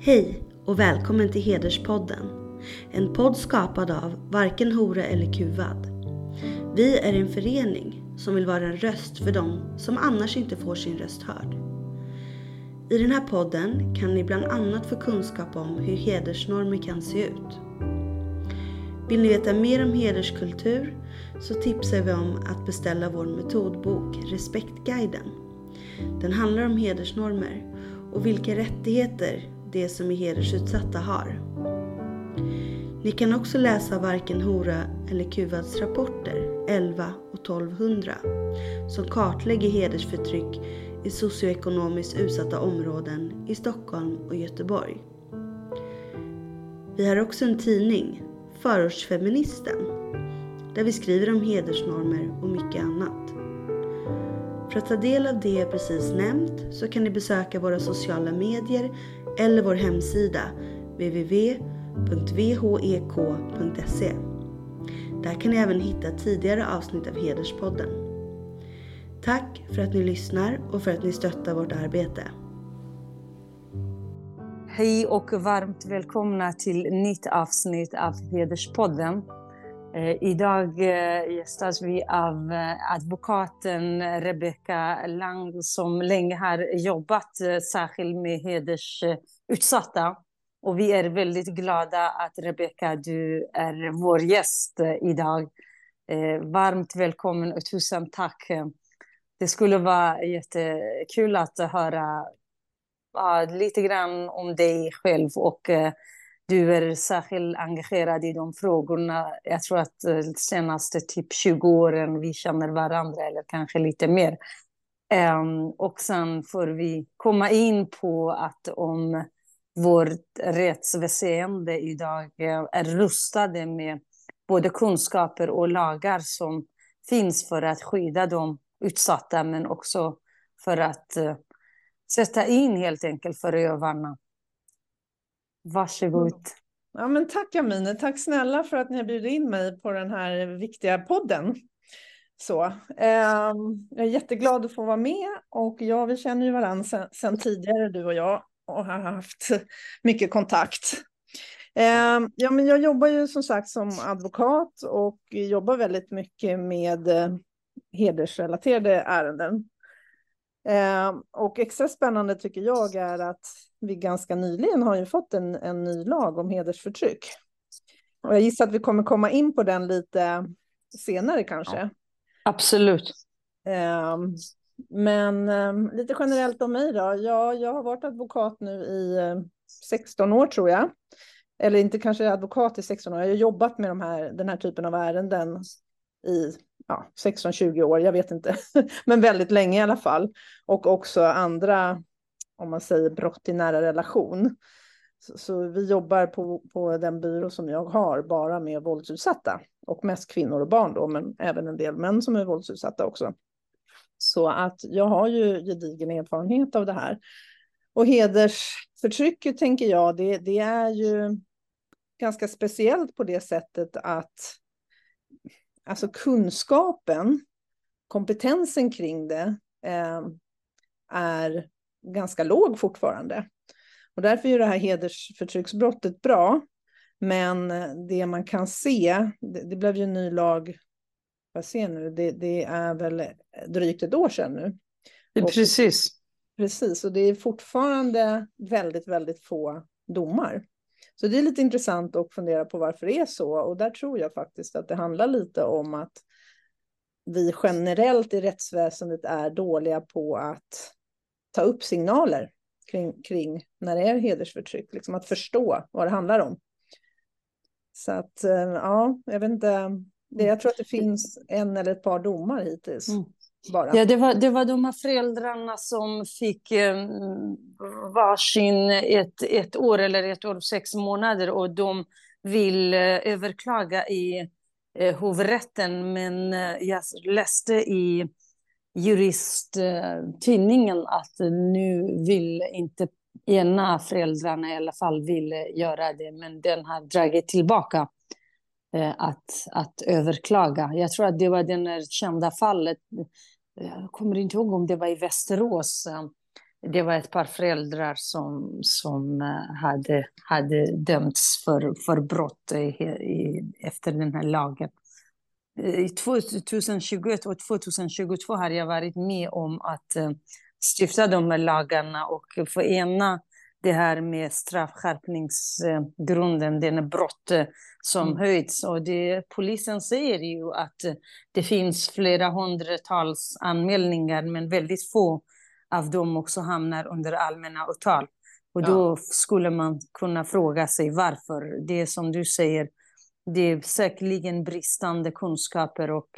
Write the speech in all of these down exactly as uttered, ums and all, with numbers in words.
Hej och välkommen till Hederspodden. En podd skapad av Varken hora eller kuvad. Vi är en förening som vill vara en röst för dem som annars inte får sin röst hörd. I den här podden kan ni bland annat få kunskap om hur hedersnormer kan se ut. Vill ni veta mer om hederskultur så tipsar vi om att beställa vår metodbok Respektguiden. Den handlar om hedersnormer och vilka rättigheter de som är hedersutsatta har. Ni kan också läsa Varken hora eller kuvads rapporter elva och tolvhundra som kartlägger hedersförtryck i socioekonomiskt utsatta områden i Stockholm och Göteborg. Vi har också en tidning, Förortsfeministen, där vi skriver om hedersnormer och mycket annat. För att ta del av det jag precis nämnt så kan ni besöka våra sociala medier eller vår hemsida w w w punkt v h e k punkt s e. Där kan ni även hitta tidigare avsnitt av Hederspodden. Tack för att ni lyssnar och för att ni stöttar vårt arbete. Hej och varmt välkomna till nytt avsnitt av Hederspodden. Eh, idag eh, gästas vi av eh, advokaten Rebecka Lang som länge har jobbat eh, särskilt med hedersutsatta. Och vi är väldigt glada att Rebecka, du är vår gäst eh, idag. Eh, varmt välkommen och tusen tack. Det skulle vara jättekul att höra ja, lite grann om dig själv och eh, du är särskilt engagerad i de frågorna. Jag tror att eh, senaste typ tjugo åren vi känner varandra eller kanske lite mer. Um, och sen får vi komma in på att om vårt rättsväsende idag eh, är rustade med både kunskaper och lagar som finns för att skydda de utsatta men också för att eh, sätta in helt enkelt förövarna. Varsågod. Ja, men tack Amine, tack snälla för att ni har bjudit in mig på den här viktiga podden. Så, eh, jag är jätteglad att få vara med och ja, vi känner ju varandra sen, sen tidigare du och jag och har haft mycket kontakt. Eh, ja, men jag jobbar ju som sagt som advokat och jobbar väldigt mycket med eh, hedersrelaterade ärenden. Eh, och extra spännande tycker jag är att vi ganska nyligen har ju fått en, en ny lag om hedersförtryck. Och jag gissar att vi kommer komma in på den lite senare kanske. Ja, absolut. Eh, men eh, lite generellt om mig då. Ja, jag har varit advokat nu i eh, sexton år tror jag. Eller inte kanske advokat i sexton år. Jag har jobbat med de här, den här typen av ärenden i ja, sexton tjugo år, jag vet inte. Men väldigt länge i alla fall. Och också andra, om man säger brott i nära relation. Så, så vi jobbar på, på den byrå som jag har bara med våldsutsatta. Och mest kvinnor och barn då, men även en del män som är våldsutsatta också. Så att jag har ju gedigen erfarenhet av det här. Och hedersförtrycket tänker jag, det, det är ju ganska speciellt på det sättet att alltså kunskapen, kompetensen kring det eh, är ganska låg fortfarande. Och därför är det här hedersförtrycksbrottet bra. Men det man kan se, det, det blev ju en ny lag, vad ser nu, det, det är väl drygt ett år sedan nu. Och, precis. Precis, och det är fortfarande väldigt, väldigt få domar. Så det är lite intressant att fundera på varför det är så. Och där tror jag faktiskt att det handlar lite om att vi generellt i rättsväsendet är dåliga på att ta upp signaler kring, kring när det är hedersförtryck. Liksom att förstå vad det handlar om. Så att, ja, jag vet inte. Det, jag tror att det finns en eller ett par domar hittills. Mm. Bara. Ja, det var, det var de här föräldrarna som fick eh, varsin ett, ett år eller ett år och sex månader och de vill eh, överklaga i eh, hovrätten. Men eh, jag läste i juristtidningen eh, att nu vill inte ena föräldrarna i alla fall vill göra det, men den har dragit tillbaka eh, att, att överklaga. Jag tror att det var det kända fallet. Jag kommer inte ihåg om det var i Västerås det var ett par föräldrar som, som eh, hade, hade dömts för, för brott i, i, efter den här lagen. I tjugohundratjugoett och tjugohundratjugotvå har jag varit med om att eh, stifta de här lagarna och förena det här med straffskärpningsgrunden, den brott eh, som Mm. höjts. Och det, polisen säger ju att eh, det finns flera hundratals anmälningar, men väldigt få av dem också hamnar under allmänna åtal. Och Ja. då skulle man kunna fråga sig varför. Det är som du säger, det är säkerligen bristande kunskaper och,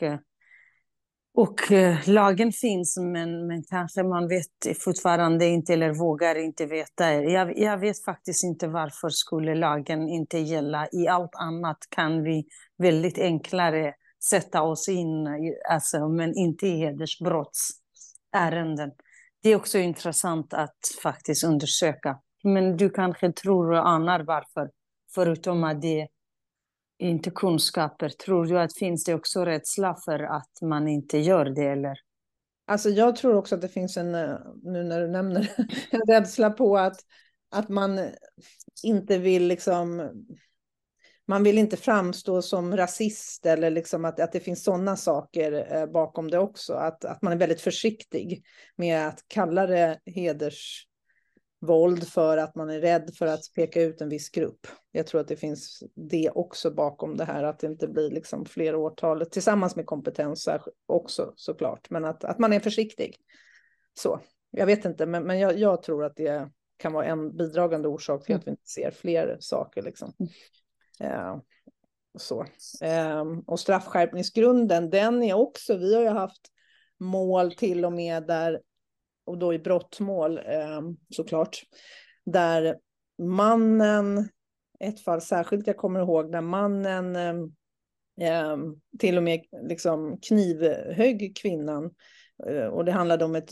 och lagen finns, men, men kanske man vet fortfarande inte eller vågar inte veta. Jag, jag vet faktiskt inte varför skulle lagen inte gälla. I allt annat kan vi väldigt enklare sätta oss in, alltså, men inte i hedersbrottsärenden. Det är också intressant att faktiskt undersöka. Men du kanske tror och anar varför, förutom att det inte kunskaper. Tror du att finns det också rädsla för att man inte gör det, eller? Alltså jag tror också att det finns en, nu när du nämner en rädsla på att, att man inte vill liksom, man vill inte framstå som rasist eller liksom att, att det finns sådana saker bakom det också. Att, att man är väldigt försiktig med att kalla det hedersvåld för att man är rädd för att peka ut en viss grupp. Jag tror att det finns det också bakom det här, att det inte blir liksom fler årtal tillsammans med kompetens också såklart. Men att, att man är försiktig. Så, jag vet inte, men, men jag, jag tror att det kan vara en bidragande orsak till att vi inte ser fler saker liksom. Uh, så. Uh, och straffskärpningsgrunden, den är också, vi har ju haft mål till och med där, och då i brottmål uh, såklart, där mannen, ett fall särskilt jag kommer ihåg, där mannen uh, uh, till och med liksom knivhögg kvinnan, uh, och det handlade om ett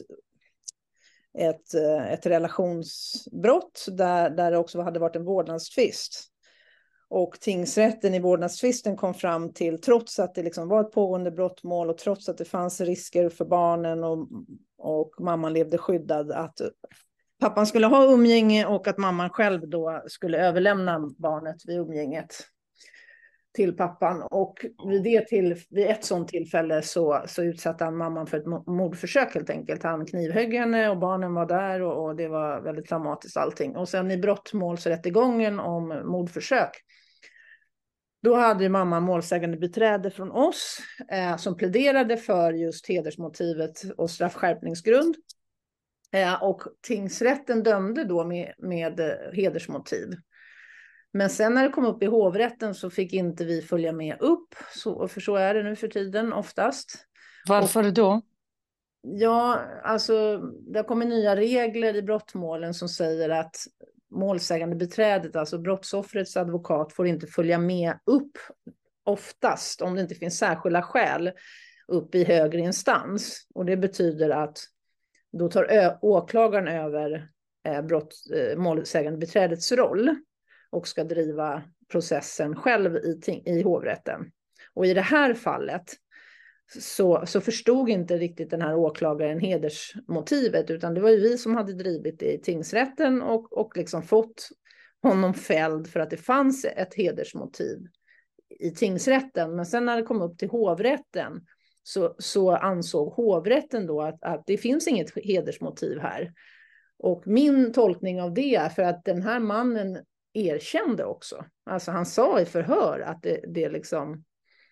ett, ett relationsbrott där, där det också hade varit en vårdnadstvist. Och tingsrätten i vårdnadstvisten kom fram till, trots att det liksom var ett pågående brottmål och trots att det fanns risker för barnen och, och mamman levde skyddad, att pappan skulle ha umgänge och att mamman själv då skulle överlämna barnet vid umgänget till pappan. Och vid, det till, vid ett sådant tillfälle så, så utsatte han mamman för ett mordförsök helt enkelt. Han knivhögg henne och barnen var där och, och det var väldigt traumatiskt allting. Och sen i brottmålsrättegången om mordförsök, då hade ju mamman målsägande beträde från oss eh, som pläderade för just hedersmotivet och straffskärpningsgrund. Eh, och tingsrätten dömde då med, med hedersmotiv. Men sen när det kom upp i hovrätten så fick inte vi följa med upp. Så, för så är det nu för tiden oftast. Varför och, då? Ja, alltså det har kommit nya regler i brottmålen som säger att målsägande beträdet, alltså brottsoffrets advokat, får inte följa med upp oftast om det inte finns särskilda skäl upp i högre instans. Och det betyder att då tar ö- åklagaren över eh, brott, eh, målsägande beträdets roll och ska driva processen själv i, ting- i hovrätten. Och i det här fallet så, så förstod inte riktigt den här åklagaren hedersmotivet, utan det var ju vi som hade drivit det i tingsrätten och, och liksom fått honom fälld för att det fanns ett hedersmotiv i tingsrätten. Men sen när det kom upp till hovrätten så, så ansåg hovrätten då att, att det finns inget hedersmotiv här. Och min tolkning av det är för att den här mannen erkände också. Alltså han sa i förhör att det, det liksom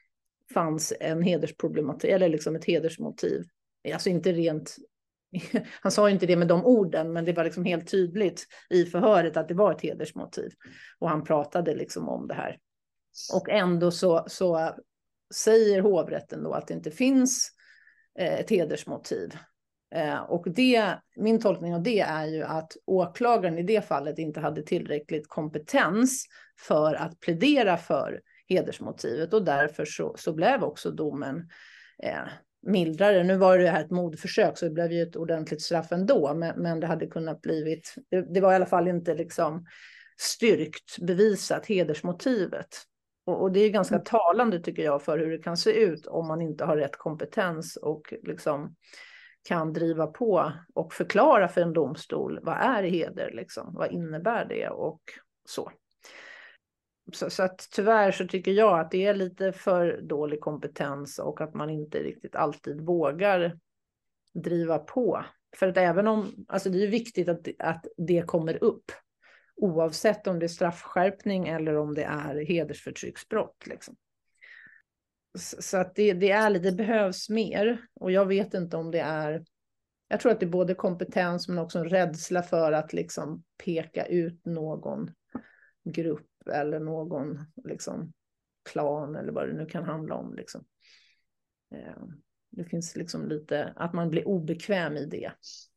fanns en hedersproblematik eller liksom ett hedersmotiv. Alltså inte rent, han sa inte det med de orden, men det var liksom helt tydligt i förhöret att det var ett hedersmotiv. Och han pratade liksom om det här. Och ändå så, så säger hovrätten då att det inte finns ett hedersmotiv. Och det, min tolkning av det är ju att åklagaren i det fallet inte hade tillräckligt kompetens för att plädera för hedersmotivet, och därför så, så blev också domen eh, mildrare. Nu var det här ett mordförsök så det blev ju ett ordentligt straff ändå, men, men det hade kunnat blivit, det, det var i alla fall inte liksom styrkt, bevisat hedersmotivet. Och, och det är ganska mm. talande tycker jag för hur det kan se ut om man inte har rätt kompetens och liksom kan driva på och förklara för en domstol vad är heder, liksom, vad innebär det och så. Så, så att tyvärr så tycker jag att det är lite för dålig kompetens och att man inte riktigt alltid vågar driva på. För att även om, alltså det är viktigt att, att det kommer upp oavsett om det är straffskärpning eller om det är hedersförtrycksbrott. Liksom. Så, så att det, det, är, det behövs mer och jag vet inte om det är, jag tror att det är både kompetens men också en rädsla för att liksom peka ut någon grupp eller någon liksom klan eller vad det nu kan handla om. Liksom. Det finns liksom lite, att man blir obekväm i det.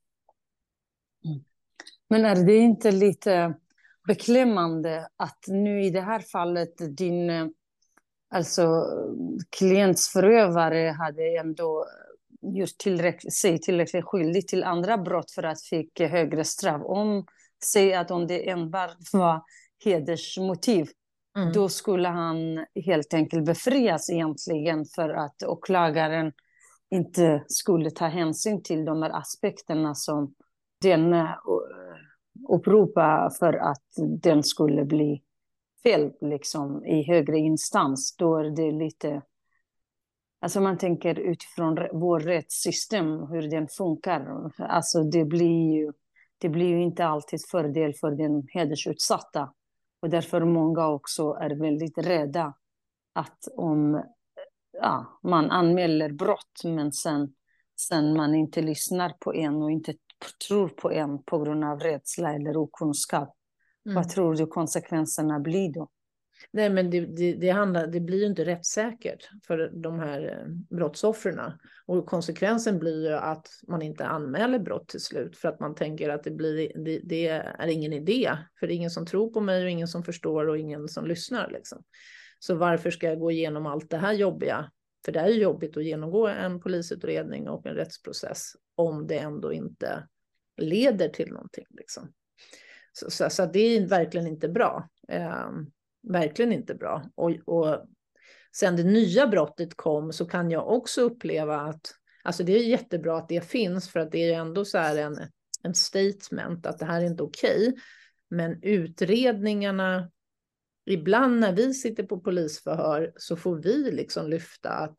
Men är det inte lite beklämmande att nu i det här fallet din alltså klients förövare hade ändå gjort tillräckligt, sig tillräckligt skyldig till andra brott för att fick högre straff. Om, säg att om det enbart var hedersmotiv, mm. då skulle han helt enkelt befrias egentligen för att åklagaren inte skulle ta hänsyn till de här aspekterna som den uppropar för att den skulle bli fel liksom, i högre instans. Då är det lite... Alltså man tänker utifrån vår rättssystem, hur den funkar. Alltså det blir ju, det blir ju inte alltid fördel för den hedersutsatta. Och därför många också är väldigt rädda att om ja, man anmäler brott men sen, sen man inte lyssnar på en och inte tror på en på grund av rädsla eller okunskap. Mm. Vad tror du konsekvenserna blir då? Nej, men det, det, det, handlar, det blir ju inte rättssäkert för de här brottsoffren. Och konsekvensen blir ju att man inte anmäler brott till slut. För att man tänker att det, blir, det, det är ingen idé. För det är ingen som tror på mig och ingen som förstår och ingen som lyssnar. Liksom. Så varför ska jag gå igenom allt det här jobbiga? För det är ju jobbigt att genomgå en polisutredning och en rättsprocess om det ändå inte leder till någonting. Liksom. Så, så, så det är verkligen inte bra. Eh, verkligen inte bra. Och, och sen det nya brottet kom så kan jag också uppleva att alltså det är jättebra att det finns för att det är ändå så här en, en statement att det här är inte okej. Men utredningarna, ibland när vi sitter på polisförhör så får vi liksom lyfta att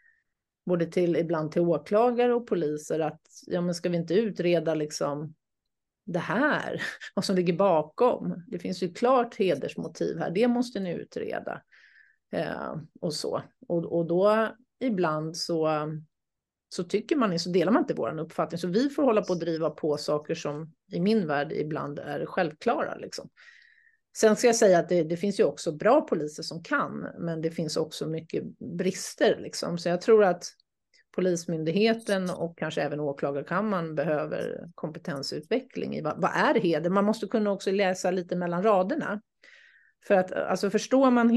både till, ibland till åklagare och poliser att ja men ska vi inte utreda liksom det här, vad som ligger bakom. Det finns ju klart hedersmotiv här, det måste ni utreda. Eh, och så. Och, och då ibland så, så tycker man, så delar man inte vår uppfattning. Så vi får hålla på att driva på saker som i min värld ibland är självklara. Liksom. Sen ska jag säga att det, det finns ju också bra poliser som kan, men det finns också mycket brister. Liksom. Så jag tror att Polismyndigheten och kanske även åklagarkammaren behöver kompetensutveckling i vad, vad är heder. Man måste kunna också läsa lite mellan raderna. För att alltså, förstår man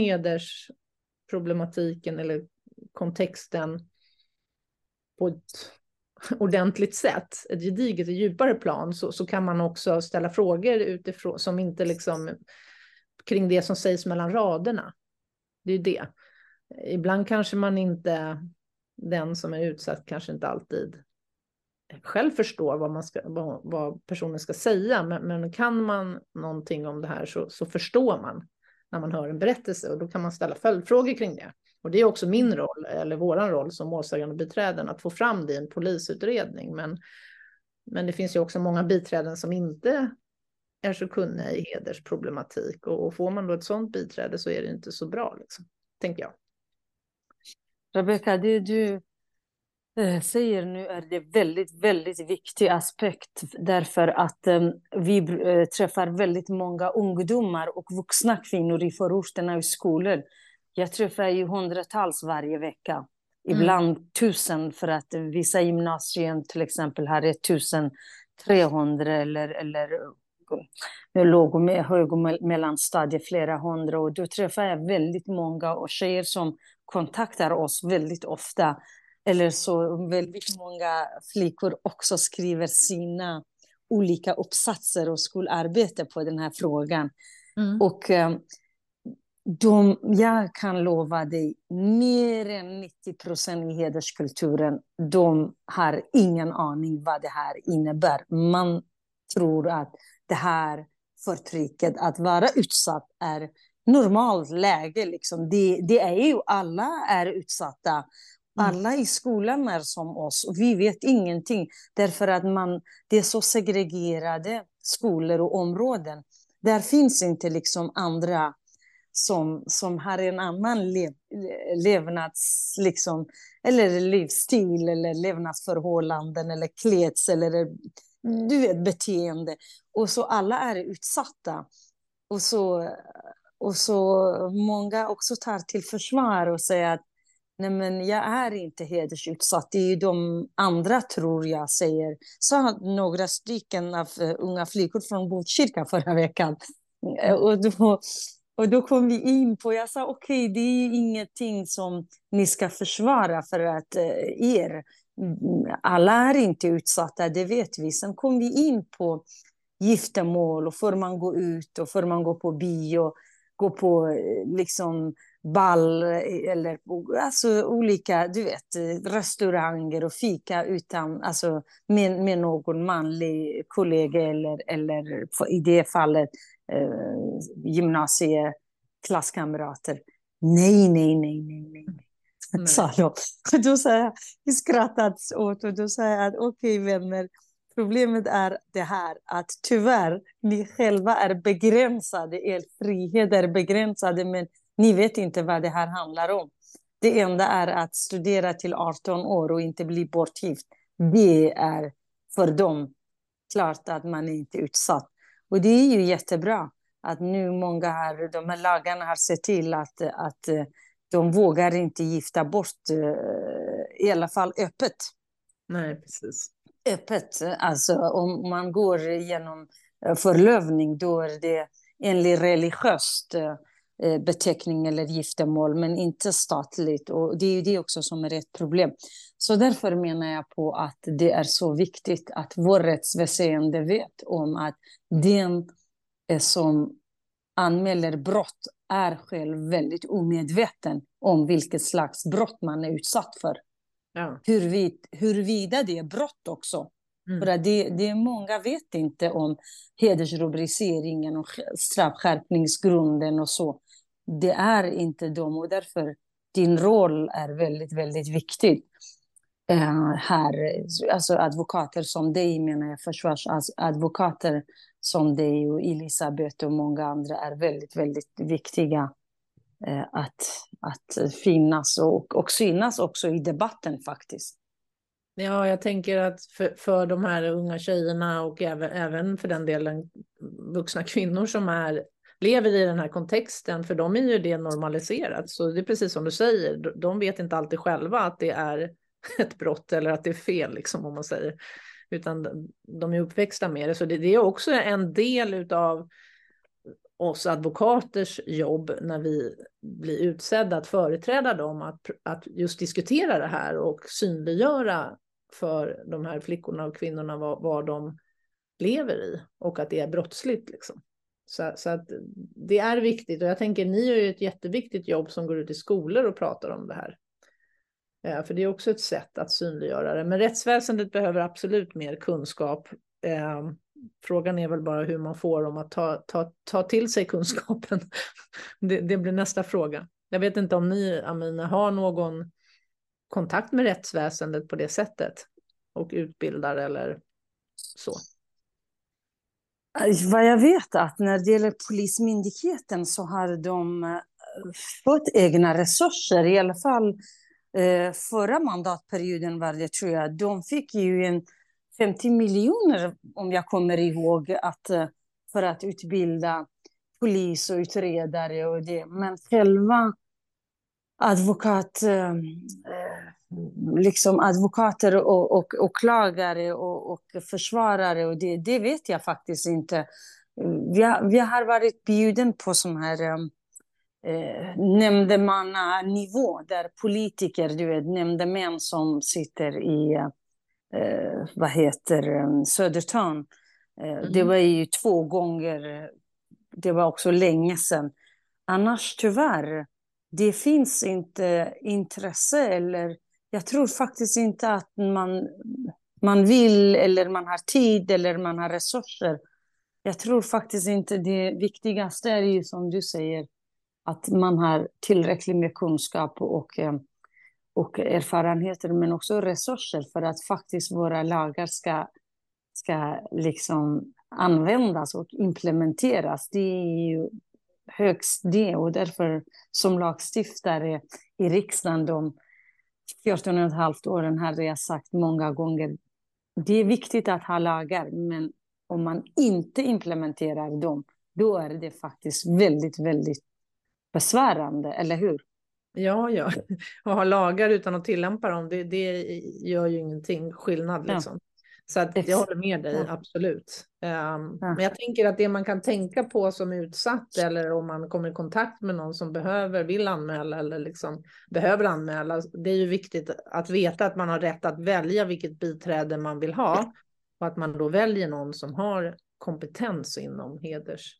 hedersproblematiken eller kontexten på ett ordentligt sätt, ett gediget och djupare plan, så, så kan man också ställa frågor utifrån som inte liksom kring det som sägs mellan raderna. Det är ju det. Ibland kanske man inte, den som är utsatt kanske inte alltid själv förstår vad, man ska, vad, vad personen ska säga. Men, men kan man någonting om det här så, så förstår man när man hör en berättelse. Och då kan man ställa följdfrågor kring det. Och det är också min roll, eller våran roll som målsägande biträden, att få fram det i en polisutredning. Men, men det finns ju också många biträden som inte är så kunniga i hedersproblematik. Och, och får man då ett sådant biträde så är det inte så bra, liksom, tänker jag. Rebecka, det du eh, säger nu är det väldigt, väldigt viktig aspekt. Därför att eh, vi eh, träffar väldigt många ungdomar och vuxna kvinnor i förorterna och i skolor. Jag träffar ju hundratals varje vecka. Ibland mm. tusen, för att vissa gymnasier till exempel har ett tusen trehundra eller, eller låg och hög och mellanstadie flera hundra. Och då träffar jag väldigt många och tjejer som kontaktar oss väldigt ofta. Eller så väldigt många flickor också skriver sina olika uppsatser och skolarbete på den här frågan. Mm. Och de, jag kan lova dig, mer än nittio procent i hederskulturen, de har ingen aning vad det här innebär. Man tror att det här förtrycket, att vara utsatt, är normalt läge. Liksom. Det, det är ju, alla är utsatta. Alla i skolan är som oss. Och vi vet ingenting. Därför att man, det är så segregerade skolor och områden. Där finns inte liksom andra som, som har en annan lev, levnads, liksom, eller livsstil eller levnadsförhållanden eller kläds eller du vet, beteende. Och så alla är utsatta. Och så, och så många också tar till försvar och säger att nej, men jag är inte hedersutsatt. Det är ju de andra, tror jag, säger. Så några stycken av uh, unga flickor från Botkyrka förra veckan. Uh, och, då, och då kom vi in på, jag sa okej, okay, det är ju ingenting som ni ska försvara för att uh, er, alla är inte utsatta, det vet vi. Sen kom vi in på giftermål och får man gå ut och får man gå på bio, gå på liksom ball eller alltså olika, du vet, restauranger och fika utan, alltså med, med någon manlig kollega eller, eller i det fallet eh, gymnasieklasskamrater. Nej, nej, nej, nej, nej. Mm. Sa de. Och då sa jag, vi skrattat åt och då sa jag att okej, okay, vänner, problemet är det här att tyvärr ni själva är begränsade, er frihet är begränsade, men ni vet inte vad det här handlar om. Det enda är att studera till arton år och inte bli bortgift. Det är för dem klart att man är inte utsatt. Och det är ju jättebra att nu många här, de här lagarna har sett till att, att de vågar inte gifta bort, i alla fall öppet. Nej, precis. Öppet, alltså om man går genom förlovning, då är det enligt religiöst beteckning eller giftermål, men inte statligt. Och det är ju det också som är ett problem. Så därför menar jag på att det är så viktigt att vår rättsväsende vet om att den som anmäler brott är själv väldigt omedveten om vilket slags brott man är utsatt för. Ja. Hurvid, huruvida det är brott också. Mm. För att det, det är många vet inte om hedersrubriceringen och straffskärpningsgrunden och så. Det är inte de, och därför din roll är väldigt, väldigt viktig. Uh, här, alltså advokater som dig, menar jag, försvarsadvokater som dig och Elisabeth och många andra är väldigt, väldigt viktiga uh, att, att finnas och, och synas också i debatten faktiskt. Ja, jag tänker att för, för de här unga tjejerna och även, även för den delen vuxna kvinnor som är, lever i den här kontexten, för dem är ju det normaliserat. Så det är precis som du säger, de vet inte alltid själva att det är ett brott eller att det är fel, liksom, om man säger. Utan de är uppväxta med det. Så det, det är också en del av oss advokaters jobb när vi blir utsedda att företräda dem, att, att just diskutera det här och synliggöra för de här flickorna och kvinnorna vad, vad de lever i och att det är brottsligt, liksom. Så, så att det är viktigt, och jag tänker ni gör ju ett jätteviktigt jobb som går ut i skolor och pratar om det här. Ja, för det är också ett sätt att synliggöra det. Men rättsväsendet behöver absolut mer kunskap. Eh, frågan är väl bara hur man får dem att ta, ta, ta till sig kunskapen. det, det blir nästa fråga. Jag vet inte om ni, Amina, har någon kontakt med rättsväsendet på det sättet och utbildar eller så. Vad jag vet att när det gäller polismyndigheten så har de fått egna resurser, i alla fall eh, förra mandatperioden var det, tror jag. De fick ju en femtio miljoner, om jag kommer ihåg, att, för att utbilda polis och utredare och det. Men själva advokat, eh, liksom advokater och, och åklagare och, och försvarare, och det, det vet jag faktiskt inte. Vi har, vi har varit bjuden på sån här eh, nämndemannanivå där politiker, du vet, nämndemän som sitter i eh, vad heter Södertörn. Eh, mm. Det var ju två gånger, det var också länge sedan. annars tyvärr, det finns inte intresse, eller jag tror faktiskt inte att man, man vill, eller man har tid, eller man har resurser. Jag tror faktiskt inte det viktigaste är ju som du säger, att man har tillräckligt med kunskap och, eh, och erfarenheter, men också resurser för att faktiskt våra lagar ska, ska liksom användas och implementeras. Det är ju högst det, och därför som lagstiftare i riksdagen de fjorton och ett halvt åren hade jag sagt många gånger, det är viktigt att ha lagar, men om man inte implementerar dem, då är det faktiskt väldigt, väldigt besvärande, eller hur? Ja, ja. Och ha lagar utan att tillämpa dem, det, det gör ju ingenting skillnad liksom. Ja. Så att jag håller med dig, ja. Absolut. Um, ja. Men jag tänker att det man kan tänka på som utsatt, eller om man kommer i kontakt med någon som behöver, vill anmäla eller liksom behöver anmäla, det är ju viktigt att veta att man har rätt att välja vilket biträde man vill ha, och att man då väljer någon som har kompetens inom heders,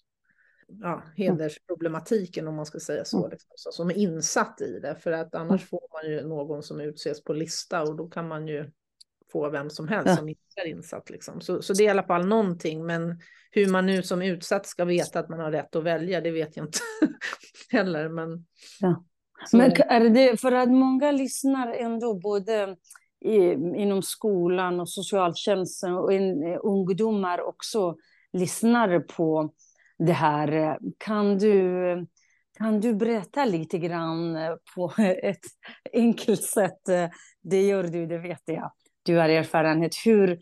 ja, hedersproblematiken, om man ska säga så, liksom, så, som är insatt i det, för att annars får man ju någon som utses på lista, och då kan man ju få vem som helst som inte är insatt liksom. så, så det är i alla fall någonting, men hur man nu som utsatt ska veta att man har rätt att välja, det vet jag inte heller, men, ja. Men är det för att många lyssnar ändå både i, inom skolan och socialtjänsten, och in, ungdomar också lyssnar på det här. Kan du, kan du berätta lite grann på ett enkelt sätt? Det gör du, det vet jag. Du har erfarenhet. Hur,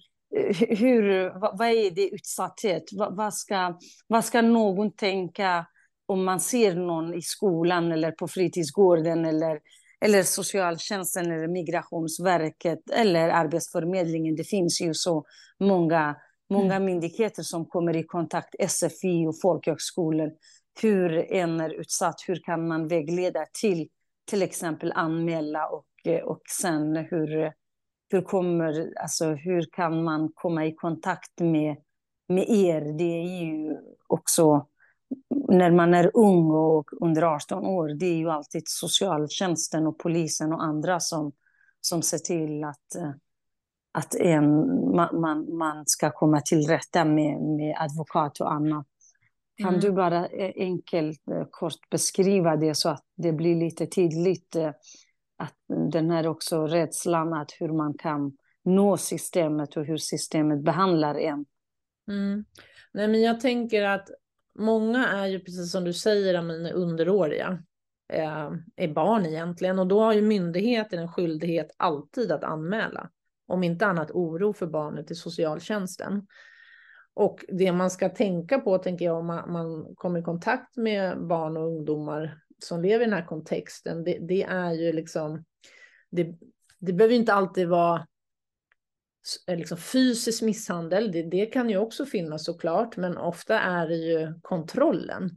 hur, vad, vad är det utsatthet? Vad, vad, ska, vad ska någon tänka om man ser någon i skolan eller på fritidsgården eller, eller socialtjänsten eller Migrationsverket eller Arbetsförmedlingen? Det finns ju så många Många myndigheter som kommer i kontakt, S F I och folkhögskolor. Hur en är utsatt, hur kan man vägleda till till exempel anmäla, och, och sen hur, hur, kommer, alltså, hur kan man komma i kontakt med, med er? Det är ju också, när man är ung och under arton år, det är ju alltid socialtjänsten och polisen och andra som, som ser till att att en, man, man, man ska komma till rätta med, med advokat och annat. Kan mm. du bara enkelt, kort beskriva det så att det blir lite tydligt, att den här också rädslan, att hur man kan nå systemet och hur systemet behandlar en? Mm. Nej, men jag tänker att många är ju, precis som du säger, Amina, underåriga. Eh, är barn egentligen, och då har ju myndigheten en skyldighet alltid att anmäla. Om inte annat oro för barnet till socialtjänsten. Och det man ska tänka på, tänker jag, om man, man kommer i kontakt med barn och ungdomar som lever i den här kontexten, det, det är ju liksom, det, det behöver inte alltid vara liksom fysisk misshandel, det, det kan ju också finnas såklart, men ofta är det ju kontrollen.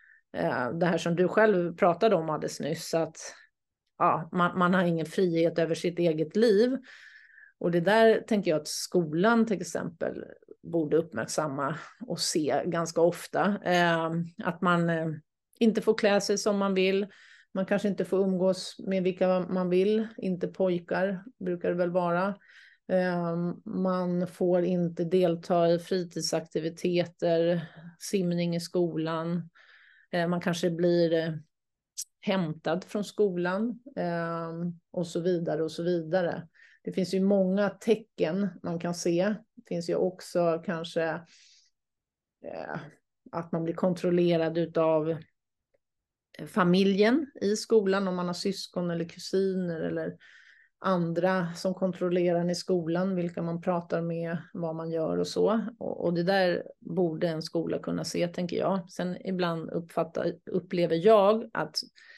Det här som du själv pratade om alldeles nyss, att ja, man, man har ingen frihet över sitt eget liv. Och det där tänker jag att skolan till exempel borde uppmärksamma och se ganska ofta. Eh, att man eh, inte får klä sig som man vill. Man kanske inte får umgås med vilka man vill. Inte pojkar brukar det väl vara. Eh, man får inte delta i fritidsaktiviteter, simning i skolan. Eh, man kanske blir eh, hämtad från skolan eh, och så vidare och så vidare. Det finns ju många tecken man kan se. Det finns ju också kanske eh, att man blir kontrollerad av familjen i skolan, om man har syskon eller kusiner eller andra som kontrollerar en i skolan, vilka man pratar med, vad man gör och så. Och, och det där borde en skola kunna se, tänker jag. Sen ibland uppfatta, upplever jag att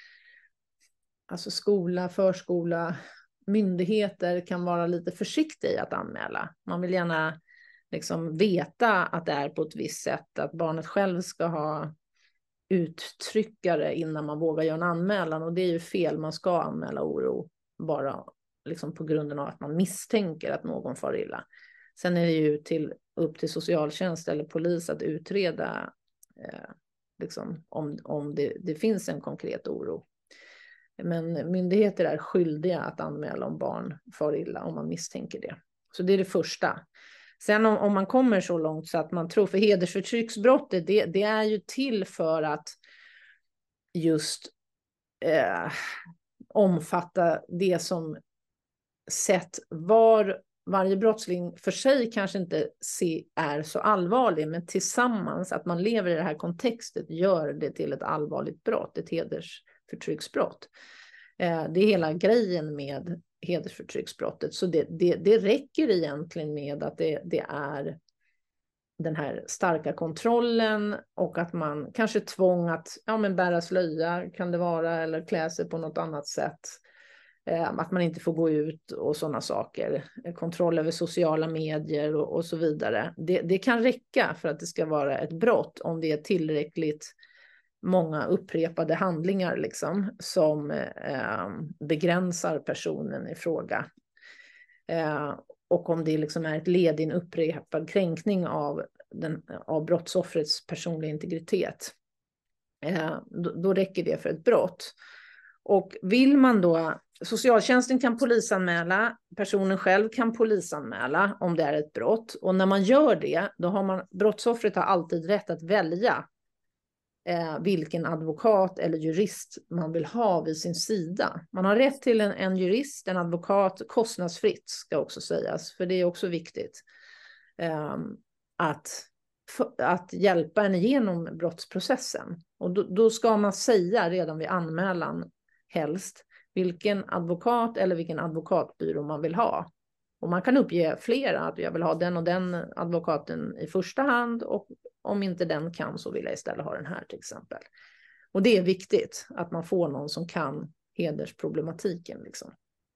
alltså skola, förskola, myndigheter kan vara lite försiktiga i att anmäla. Man vill gärna liksom veta att det är på ett visst sätt, att barnet själv ska ha uttryckare innan man vågar göra en anmälan, och det är ju fel. Man ska anmäla oro bara liksom på grunden av att man misstänker att någon far illa. Sen är det ju till, upp till socialtjänst eller polis att utreda eh, liksom, om, om det, det finns en konkret oro. Men myndigheter är skyldiga att anmäla om barn far illa om man misstänker det. Så det är det första. Sen om, om man kommer så långt så att man tror, för hedersförtrycksbrottet, det, det är ju till för att just eh, omfatta det som sett var varje brottsling för sig kanske inte se, är så allvarlig, men tillsammans att man lever i det här kontextet gör det till ett allvarligt brott, ett hedersförtrycksbrott. Eh, det är hela grejen med hedersförtrycksbrottet, så det, det, det räcker egentligen med att det, det är den här starka kontrollen och att man kanske tvång att ja, men bära slöja kan det vara, eller klä sig på något annat sätt. Att man inte får gå ut och sådana saker. Kontroll över sociala medier och, och så vidare. Det, det kan räcka för att det ska vara ett brott om det är tillräckligt många upprepade handlingar liksom, som eh, begränsar personen i fråga. Eh, och om det liksom är ett led i en upprepad kränkning av, den, av brottsoffrets personliga integritet. Eh, då, då räcker det för ett brott. Och vill man då, socialtjänsten kan polisanmäla, personen själv kan polisanmäla om det är ett brott. Och när man gör det, då har man, brottsoffret har alltid rätt att välja eh, vilken advokat eller jurist man vill ha vid sin sida. Man har rätt till en, en jurist, en advokat, kostnadsfritt ska också sägas, för det är också viktigt eh, att, för, att hjälpa en igenom brottsprocessen. Och då, då ska man säga redan vid anmälan helst vilken advokat eller vilken advokatbyrå man vill ha. Och man kan uppge flera, att jag vill ha den och den advokaten i första hand, och om inte den kan så vill jag istället ha den här till exempel. Och det är viktigt att man får någon som kan hedersproblematiken liksom.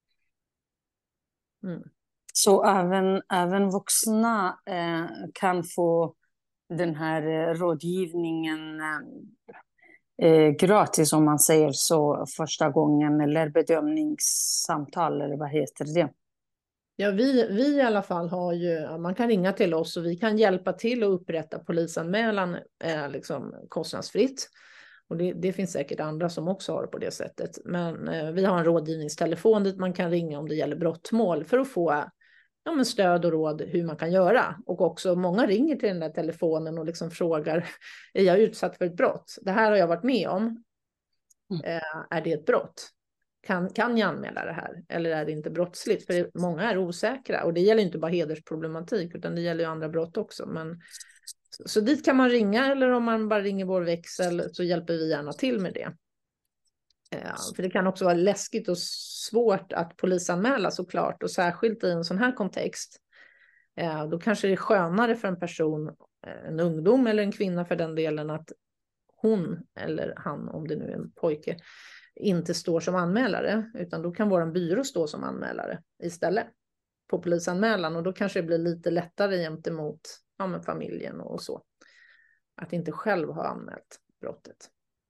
Mm. Så även, även vuxna eh, kan få den här eh, rådgivningen eh, Eh, gratis om man säger så första gången, eller bedömningssamtal eller vad heter det? Ja, vi, vi i alla fall har ju, man kan ringa till oss och vi kan hjälpa till att upprätta polisanmälan eh, liksom kostnadsfritt. Och det, det finns säkert andra som också har det på det sättet. Men eh, vi har en rådgivningstelefon dit man kan ringa om det gäller brottmål för att få ja, men stöd och råd hur man kan göra. Och också många ringer till den där telefonen och liksom frågar, är jag utsatt för ett brott? Det här har jag varit med om. Mm. Eh, är det ett brott? Kan, kan jag anmäla det här? Eller är det inte brottsligt? För många är osäkra. Och det gäller inte bara hedersproblematik, utan det gäller ju andra brott också. Men, så, så dit kan man ringa, eller om man bara ringer vår växel så hjälper vi gärna till med det. För det kan också vara läskigt och svårt att polisanmäla såklart, och särskilt i en sån här kontext. Då kanske det är skönare för en person, en ungdom eller en kvinna för den delen, att hon eller han, om det nu är en pojke, inte står som anmälare, utan då kan vår byrå stå som anmälare istället på polisanmälan, och då kanske det blir lite lättare gentemot ja, med familjen och så. Att inte själv ha anmält brottet.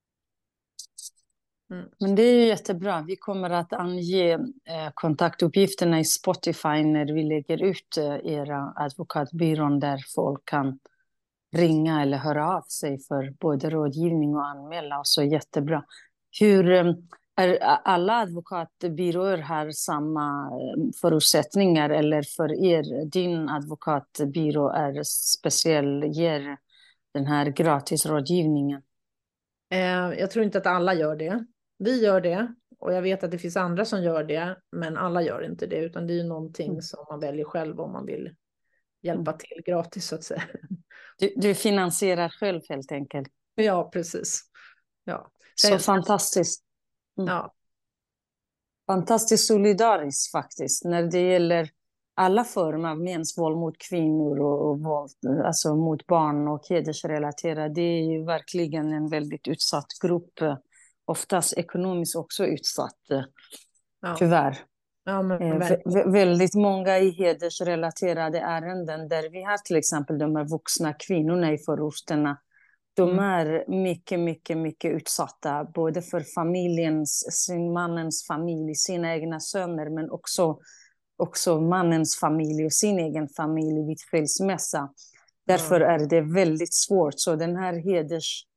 Mm. Men det är jättebra. Vi kommer att ange eh, kontaktuppgifterna i Spotify när vi lägger ut eh, era advokatbyrån, där folk kan ringa eller höra av sig för både rådgivning och anmäla. Och så jättebra. Hur eh, är alla advokatbyråer har samma förutsättningar, eller för er, din advokatbyrå är speciell, ger den här gratis rådgivningen? Eh, jag tror inte att alla gör det. Vi gör det, och jag vet att det finns andra som gör det, men alla gör inte det, utan det är ju någonting mm. som man väljer själv om man vill hjälpa mm. till gratis så att säga. Du, du finansierar själv helt enkelt. Ja, precis. Ja. Så det, fantastiskt. Mm. Ja. Fantastiskt solidariskt faktiskt, när det gäller alla former av mäns våld mot kvinnor och, och våld, alltså mot barn och hedersrelaterat. Det är ju verkligen en väldigt utsatt grupp. Oftast ekonomiskt också utsatt, ja. Tyvärr. Ja, men Vä- väldigt många i hedersrelaterade ärenden, där vi har till exempel de här vuxna kvinnorna i förorterna. De mm. är mycket, mycket, mycket utsatta, både för familjens, sin mannens familj, sina egna söner, men också, också mannens familj och sin egen familj vid skilsmässa. Därför mm. är det väldigt svårt. Så den här heders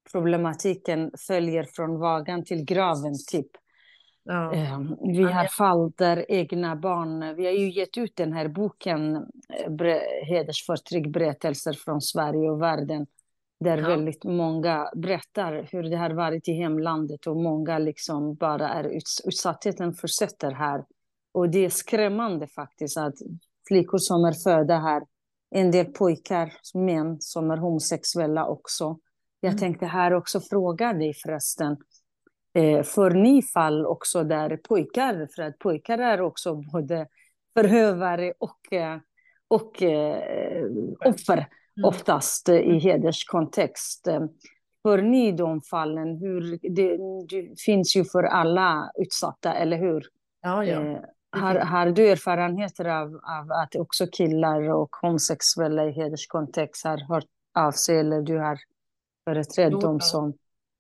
problematiken följer från vagan till graven typ. Ja. Eh, vi har fall där egna barn, vi har ju gett ut den här boken, eh, bre- Hedersförtryck, berättelser från Sverige och världen, där Ja. väldigt många berättar hur det har varit i hemlandet, och många liksom bara är uts- utsattheten fortsätter här. Och det är skrämmande faktiskt att flickor som är födda här, en del pojkar, män som är homosexuella också. Jag Mm. tänkte här också fråga dig förresten, Eh, för ni fall också där pojkar, för att pojkar är också både förhövare och, eh, och eh, offer, Mm. oftast eh, i hederskontext. Eh, För ni de fallen, hur, det, det finns ju för alla utsatta, eller hur? Ja, ja. Eh, har, har du erfarenheter av, av att också killar och homosexuella i hederskontext har hört av sig, eller du har företrätt Jo, dem ja. som...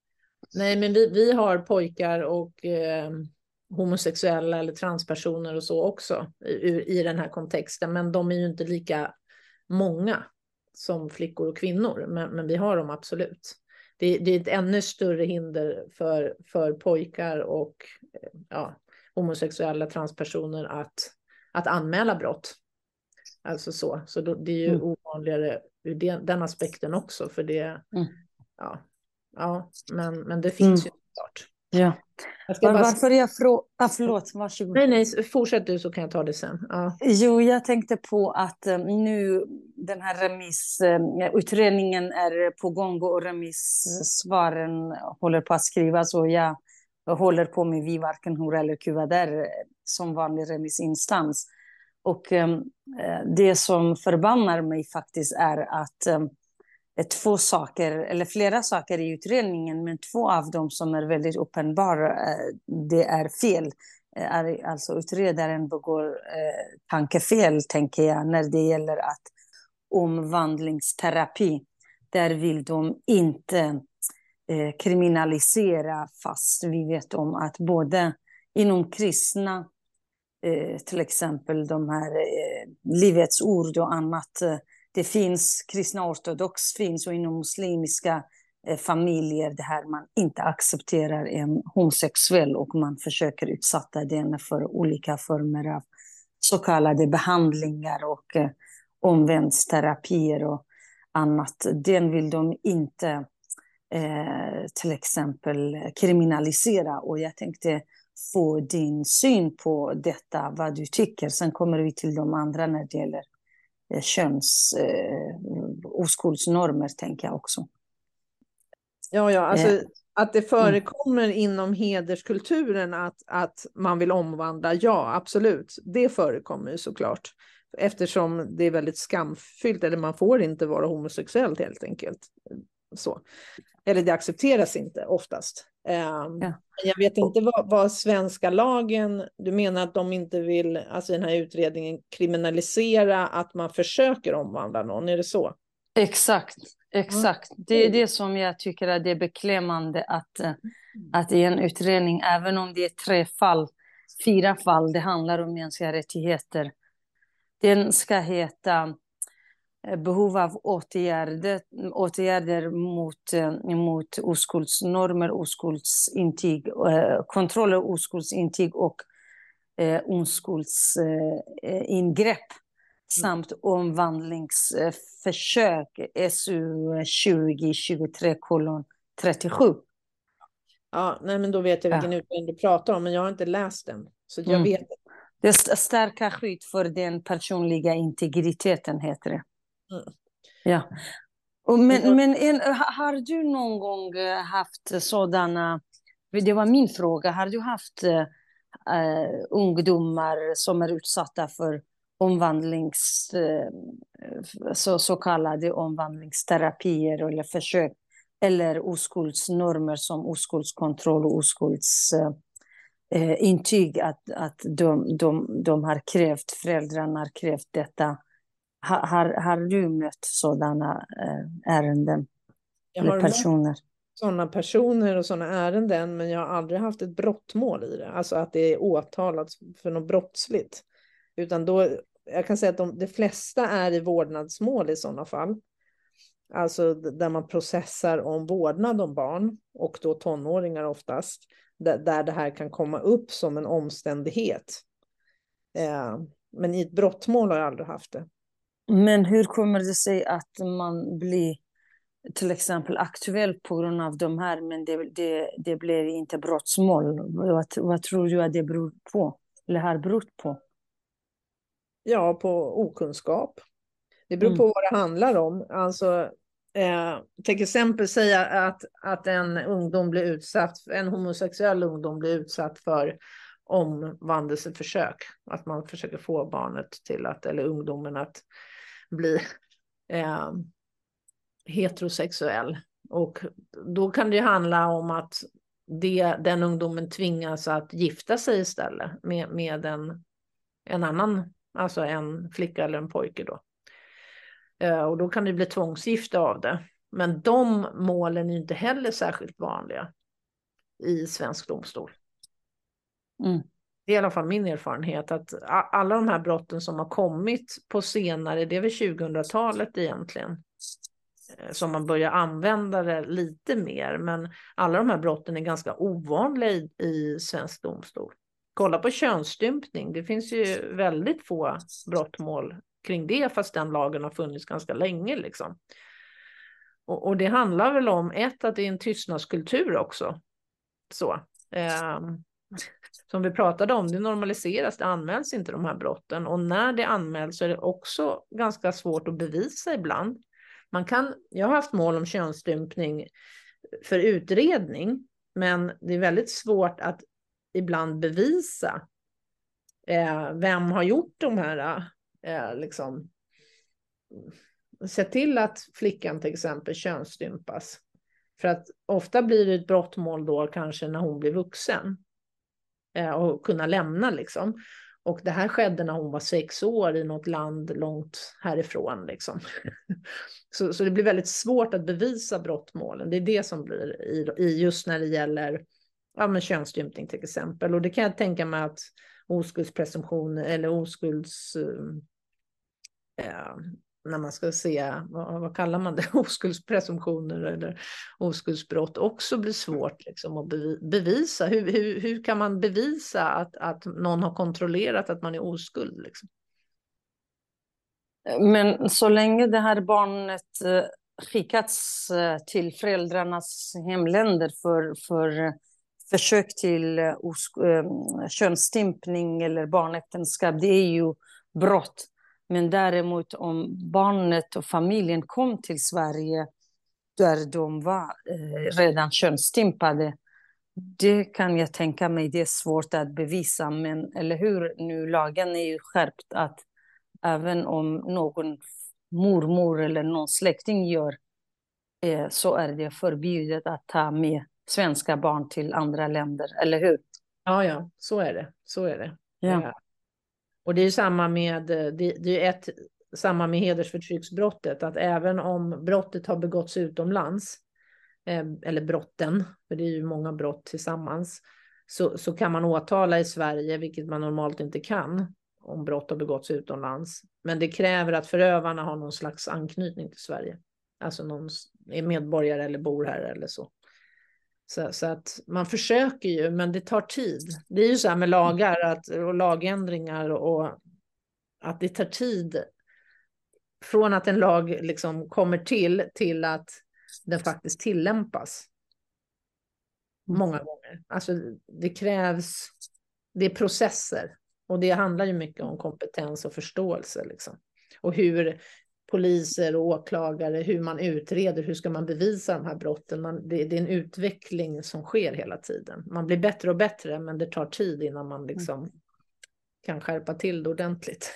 Nej, men vi, vi har pojkar och eh, homosexuella eller transpersoner och så också i, i den här kontexten. Men de är ju inte lika många som flickor och kvinnor. Men, men vi har dem absolut. Det, det är ett ännu större hinder för, för pojkar och eh, ja, homosexuella transpersoner att, att anmäla brott. Alltså så. Så då, det är ju Mm. ovanligare ur den, den aspekten också. För det, Mm. ja, ja men, men det finns Mm. ju klart. Ja. Jag ska Var, bara... varför jag frågar... Ah, förlåt, varsågod. Nej, nej, fortsätt du så kan jag ta det sen. Ja. Jo, jag tänkte på att eh, nu den här remissutredningen är på gång och remissvaren håller på att skrivas, och jag håller på med Vi varken hora eller kuva där eh, som vanlig remissinstans. Och eh, det som förbannar mig faktiskt är att eh, två saker, eller flera saker i utredningen, men två av dem som är väldigt uppenbara, eh, det är fel. Är, alltså utredaren begår eh, tankefel, tänker jag, när det gäller att omvandlingsterapi. Där vill de inte eh, kriminalisera, fast vi vet om att både inom kristna, eh, till exempel de här eh, Livets ord och annat, eh, det finns, kristna ortodox finns, och inom muslimska eh, familjer det här man inte accepterar en homosexuell, och man försöker utsätta den för olika former av så kallade behandlingar och eh, omvändsterapier och annat. Den vill de inte eh, till exempel kriminalisera, och jag tänkte få din syn på detta, vad du tycker. Sen kommer vi till de andra när det gäller eh, köns eh, oskuldsnormer, tänker jag också. Ja, ja, alltså Eh, att det förekommer mm. inom hederskulturen att, att man vill omvandla, ja, absolut. Det förekommer ju såklart. Eftersom det är väldigt skamfyllt, eller man får inte vara homosexuell helt enkelt. Så. Eller det accepteras inte oftast. Um, ja. Jag vet inte vad, vad svenska lagen, du menar att de inte vill, alltså i den här utredningen, kriminalisera att man försöker omvandla någon, är det så? Exakt, exakt. Det är det som jag tycker att det är beklämmande att, att i en utredning, även om det är tre fall, fyra fall, det handlar om mänskliga rättigheter. Den ska heta behov av åtgärder, åtgärder mot, mot oskuldsnormer, oskuldsintyg, kontroll av oskuldsintyg och eh, oskuldsingrepp. Samt omvandlingsförsök, S U tjugo tjugotre kolon trettiosju. Ja, nej, men då vet jag vilken ja. utredning du pratar om, men jag har inte läst den. Så jag mm. vet. Det är starka skydd för den personliga integriteten, heter det. Mm. Ja. Och men mm. men en, har du någon gång haft sådana, det var min fråga, har du haft uh, ungdomar som är utsatta för omvandlings, så, så kallade omvandlingsterapier eller försök, eller oskuldsnormer som oskuldskontroll och oskuldsintyg, eh, att, att de, de, de har krävt, föräldrarna har krävt detta. Har, har, har du mött sådana eh, ärenden? Jag har personer? Mött sådana personer och sådana ärenden, men jag har aldrig haft ett brottmål i det. Alltså att det är åtalat för något brottsligt. Utan då, jag kan säga att de, de flesta är i vårdnadsmål i sådana fall. Alltså där man processar om vårdnad om barn och då tonåringar oftast. Där, där det här kan komma upp som en omständighet. Eh, men i ett brottmål har jag aldrig haft det. Men hur kommer det sig att man blir till exempel aktuell på grund av de här, men det, det, det blir inte brottsmål? Vad, vad tror du att det beror på? Eller har berott på? Ja, på okunskap. Det beror Mm. på vad det handlar om. Alltså, eh, till exempel säga att, att en ungdom blir utsatt, en homosexuell ungdom blir utsatt för omvandelseförsök. Att man försöker få barnet till att, eller ungdomen att bli eh, heterosexuell. Och då kan det handla om att det, den ungdomen tvingas att gifta sig istället med, med en, en annan, alltså en flicka eller en pojke då. Eh, och då kan det bli tvångsgifte av det. Men de målen är inte heller särskilt vanliga i svensk domstol. Mm. Det är i alla fall min erfarenhet att alla de här brotten som har kommit på senare, det är väl tjugohundratalet egentligen, som man börjar använda det lite mer. Men alla de här brotten är ganska ovanliga i, i svensk domstol. Kolla på könsstympning, det finns ju väldigt få brottmål kring det, fast den lagen har funnits ganska länge liksom. Och, och det handlar väl om ett, att det är en tystnadskultur också. Så. Eh, som vi pratade om, det normaliseras, det anmäls inte de här brotten. Och när det anmäls så är det också ganska svårt att bevisa ibland. Man kan, jag har haft mål om könsstympning för utredning, men det är väldigt svårt att ibland bevisa eh, vem har gjort de här, eh, liksom, se till att flickan till exempel könsstympas. För att ofta blir det ett brottmål då kanske när hon blir vuxen eh, och kunna lämna liksom. Och det här skedde när hon var sex år i något land långt härifrån. Liksom. så, så det blir väldigt svårt att bevisa brottmålen. Det är det som blir i, i just när det gäller ja, men könsstympning till exempel. Och det kan jag tänka mig att oskuldspresumtion eller oskulds... Eh, när man ska se, vad, vad kallar man det, oskuldspresumtioner eller oskuldsbrott också blir svårt liksom, att bevisa. Hur, hur, hur kan man bevisa att, att någon har kontrollerat att man är oskuld? Liksom? Men så länge det här barnet skickats till föräldrarnas hemländer för, för försök till osk- könsstympning eller barnäktenskap, det är ju brott. Men däremot om barnet och familjen kom till Sverige där de var eh, redan könsstympade, det kan jag tänka mig, det är svårt att bevisa. Men eller hur, nu lagen är ju skärpt att även om någon mormor eller någon släkting gör eh, så är det förbjudet att ta med svenska barn till andra länder, eller hur? Ja, ja, så är det. Så är det. Ja. Ja. Och det är ju samma med, det, det är ett, samma med hedersförtrycksbrottet, att även om brottet har begåtts utomlands, eh, eller brotten, för det är ju många brott tillsammans, så, så kan man åtala i Sverige, vilket man normalt inte kan om brott har begåtts utomlands. Men det kräver att förövarna har någon slags anknytning till Sverige. Alltså någon är medborgare eller bor här eller så. Så, så att man försöker ju, men det tar tid. Det är ju så här med lagar att, och lagändringar och att det tar tid från att en lag liksom kommer till till att den faktiskt tillämpas. Många gånger. Alltså det krävs, det är processer och det handlar ju mycket om kompetens och förståelse liksom. Och hur poliser och åklagare, hur man utreder, hur ska man bevisa de här brotten. Man, det, det är en utveckling som sker hela tiden. Man blir bättre och bättre, men det tar tid innan man liksom kan skärpa till det ordentligt.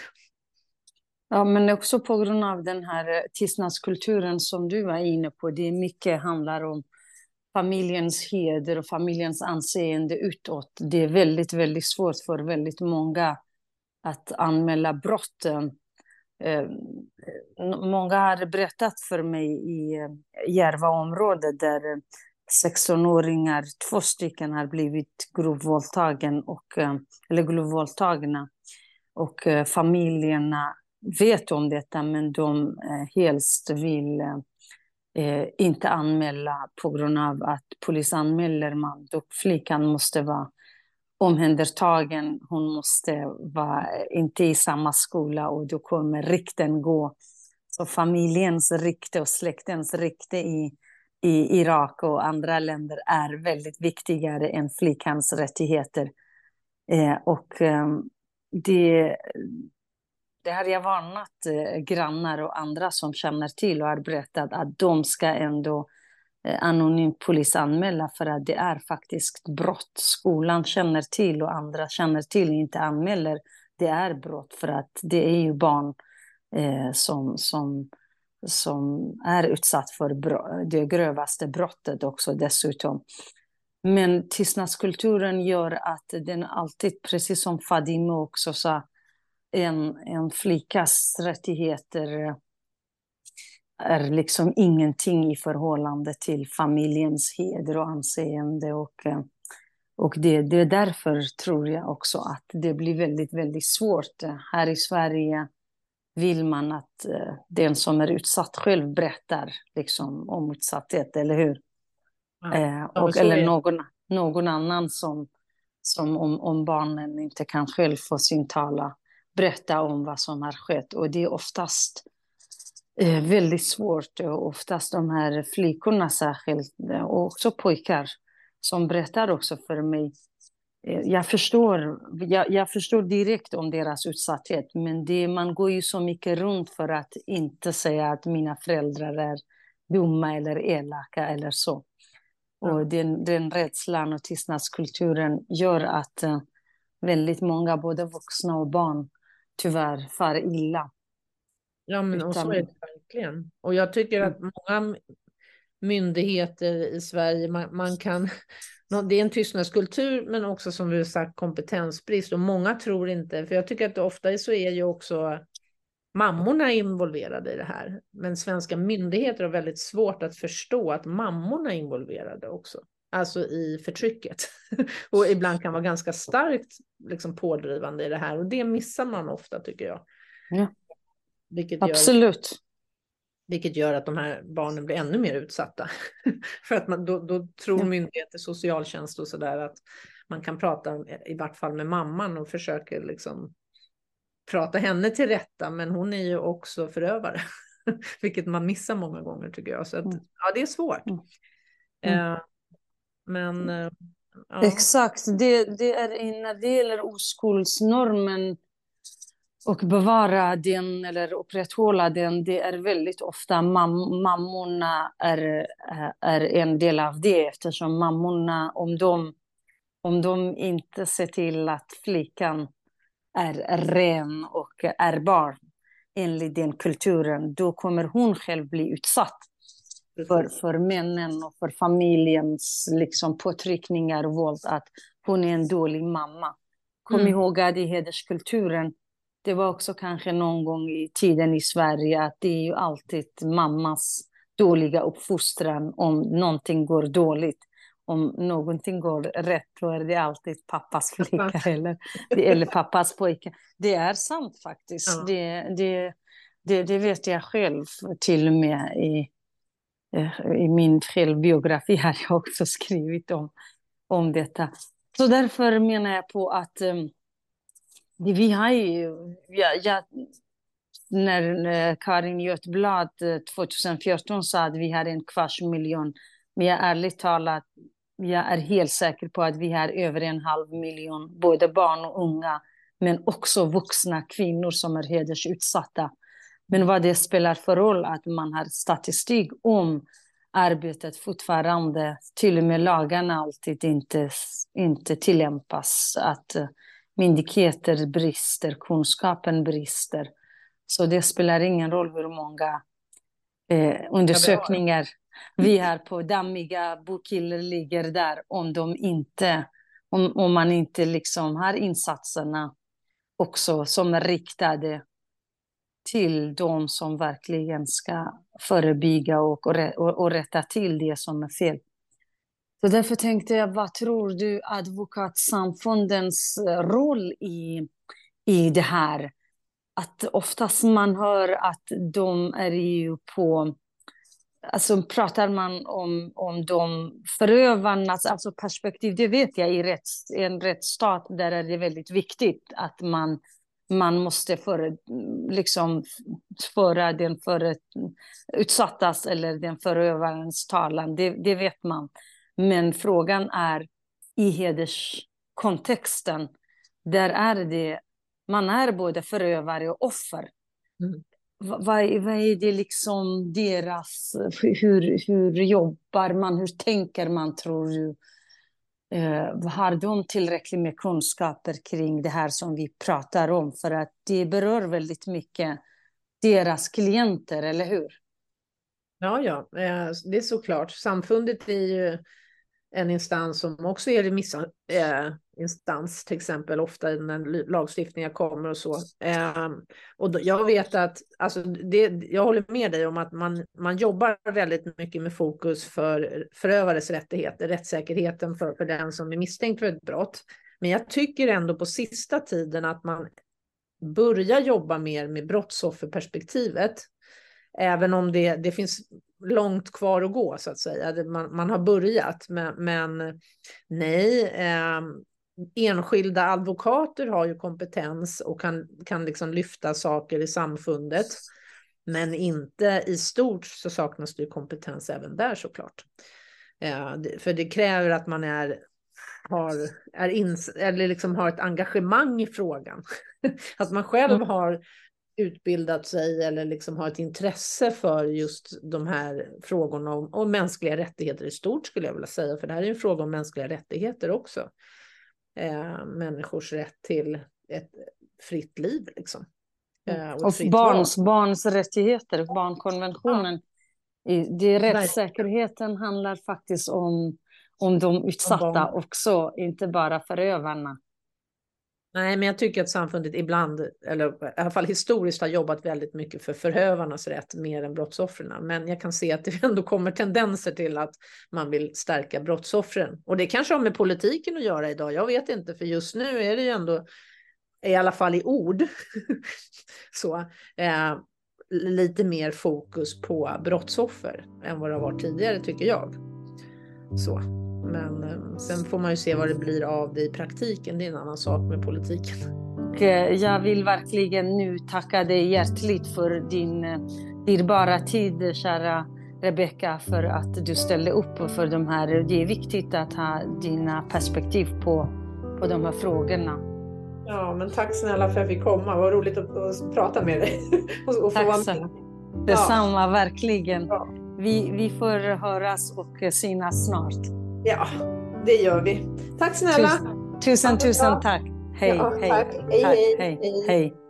Ja, men också på grund av den här tystnadskulturen som du var inne på. Det är mycket handlar om familjens heder och familjens anseende utåt. Det är väldigt, väldigt svårt för väldigt många att anmäla brotten. Eh, många har berättat för mig i Järvaområdet där sexton-åringar, två stycken har blivit grovvåldtagen och, eller grovvåldtagna och familjerna vet om detta, men de eh, helst vill eh, inte anmäla på grund av att polisanmäler man, då flickan måste vara omhändertagen. Hon måste vara inte i samma skola och då kommer rykten gå. Så familjens rykte och släktens rykte i, i Irak och andra länder är väldigt viktigare än flickans rättigheter. Eh, och eh, det, det har jag varnat eh, grannar och andra som känner till och har berättat att de ska ändå eh, anonymt polisanmäla, för att det är faktiskt brott. Skolan känner till och andra känner till, inte anmäler. Det är brott, för att det är ju barn eh, som, som, som är utsatt för bro- det grövaste brottet också dessutom. Men tystnadskulturen gör att den alltid, precis som Fadime också sa, en, en flickas rättigheter är liksom ingenting i förhållande till familjens heder och anseende. Och, och det, det är därför tror jag också att det blir väldigt, väldigt svårt. Här i Sverige vill man att den som är utsatt själv berättar liksom, om utsatthet, eller hur? Ja. Eh, Ja, och, så eller är det. någon, någon annan som, som om, om barnen inte kan själv få sin tala, berätta om vad som har skett. Och det är oftast eh, väldigt svårt. Och oftast de här flickorna särskilt, och också pojkar, som berättar också för mig. Eh, jag, förstår, jag, jag förstår direkt om deras utsatthet, men det, man går ju så mycket runt för att inte säga att mina föräldrar är dumma eller elaka eller så. Och den, den rädslan och tystnadskulturen gör att uh, väldigt många, både vuxna och barn, tyvärr far illa. Ja, men och så Utan- är det verkligen. Och jag tycker att många myndigheter i Sverige, man, man kan, det är en tystnadskultur, men också som vi har sagt kompetensbrist. Och många tror inte, för jag tycker att ofta så är ju också mammorna involverade i det här. Men svenska myndigheter har väldigt svårt att förstå att mammorna är involverade också. Alltså i förtrycket. Och ibland kan vara ganska starkt liksom, pådrivande i det här. Och det missar man ofta, tycker jag. Ja, Vilket gör, absolut. vilket gör att de här barnen blir ännu mer utsatta. För att man, då, då tror Ja. myndigheter, socialtjänst och sådär att man kan prata i vart fall med mamman och försöker liksom prata henne till rätta, men hon är ju också förövare. Vilket man missar många gånger, tycker jag. Så att, Mm. ja, det är svårt. Mm. Eh, men eh, ja. Exakt, det, det är när det gäller oskuldsnormen och bevara den eller upprätthålla den, det är väldigt ofta mam- mammorna är, är en del av det, eftersom mammorna, om de, om de inte ser till att flickan är ren och är barn enligt den kulturen, då kommer hon själv bli utsatt för, för männen och för familjens liksom, påtryckningar och våld, att hon är en dålig mamma. Kom Mm. ihåg att i hederskulturen, det var också kanske någon gång i tiden i Sverige, att det är ju alltid mammas dåliga uppfostran om någonting går dåligt. Om någonting går rätt, då är det alltid pappas flicka eller, eller pappas pojke. Det är sant faktiskt. Ja. Det, det, det, det vet jag själv, till och med i, i min självbiografi har jag också skrivit om, om detta. Så därför menar jag på att um, det, vi har ju... Jag, jag, när, när Karin Götblad tjugohundrafjorton sa att vi har en kvarts miljon, men jag ärligt talat, jag är helt säker på att vi har över en halv miljon, både barn och unga, men också vuxna kvinnor som är hedersutsatta. Men vad det spelar för roll att man har statistik om arbetet fortfarande, till och med lagarna alltid inte, inte tillämpas, att myndigheter brister, kunskapen brister. Så det spelar ingen roll hur många eh, undersökningar vi har på dammiga bokhyllor ligger där, om de inte, om, om man inte liksom har insatserna också som är riktade till de som verkligen ska förebygga och, och, och rätta till det som är fel. Så därför tänkte jag, vad tror du advokatsamfundens roll i, i det här? att oftast man hör att de är ju på, alltså pratar man om, om de förövarnas alltså perspektiv, det vet jag i rätts, en rättsstat där är det väldigt viktigt att man, man måste för, liksom, föra den för utsattas eller den förövarens talan, det, det vet man. Men frågan är i hederskontexten, där är det, man är både förövare och offer. Mm. Vad, vad är det liksom deras, hur, hur jobbar man, hur tänker man, tror du? Eh, har de tillräckligt med kunskaper kring det här som vi pratar om? För att det berör väldigt mycket deras klienter, eller hur? Ja, ja, eh, det är såklart. Samfundet är ju en instans som också är remissinstans, till exempel ofta när lagstiftningar kommer och så. Eh, och då, jag vet att, alltså det, jag håller med dig om att man, man jobbar väldigt mycket med fokus för förövares rättigheter, rättssäkerheten för, för den som är misstänkt för ett brott. Men jag tycker ändå på sista tiden att man börjar jobba mer med brottsofferperspektivet. Även om det, det finns långt kvar att gå, så att säga. Man, man har börjat, men, men nej. Eh, enskilda advokater har ju kompetens och kan, kan liksom lyfta saker i samfundet. Men inte i stort så saknas det ju kompetens även där, såklart. Eh, det, för det kräver att man är, har, är ins, eller liksom har ett engagemang i frågan. Att man själv har utbildat sig eller liksom har ett intresse för just de här frågorna om, om mänskliga rättigheter i stort, skulle jag vilja säga. För det här är en fråga om mänskliga rättigheter också. Eh, människors rätt till ett fritt liv liksom. Eh, och och barns, barns rättigheter, barnkonventionen. Ja. Det, rättssäkerheten handlar faktiskt om, om de utsatta om också, inte bara förövarna. Nej, men jag tycker att samfundet ibland, eller i alla fall historiskt, har jobbat väldigt mycket för förövarnas rätt mer än brottsoffren. Men jag kan se att det ändå kommer tendenser till att man vill stärka brottsoffren. Och det kanske har med politiken att göra idag, jag vet inte. För just nu är det ju ändå, i alla fall i ord, så eh, lite mer fokus på brottsoffer än vad det har varit tidigare, tycker jag. Så. Men eh, sen får man ju se vad det blir av det i praktiken. Det är en annan sak med politiken. Och, eh, jag vill verkligen nu tacka dig hjärtligt för din eh, dyrbara tid, kära Rebecka, för att du ställde upp för de här. Det är viktigt att ha dina perspektiv på, på de här frågorna. Ja, men tack snälla för att vi kom. Vad roligt att, att prata med dig. och, och få tack så mycket. Detsamma, ja. Verkligen. Ja. Vi, vi får höras och synas snart. Ja, det gör vi. Tack snälla. Tusen, tusen, tusen tack. Hej, ja, hej, tack. Hej, tack, hej, hej, hej. hej.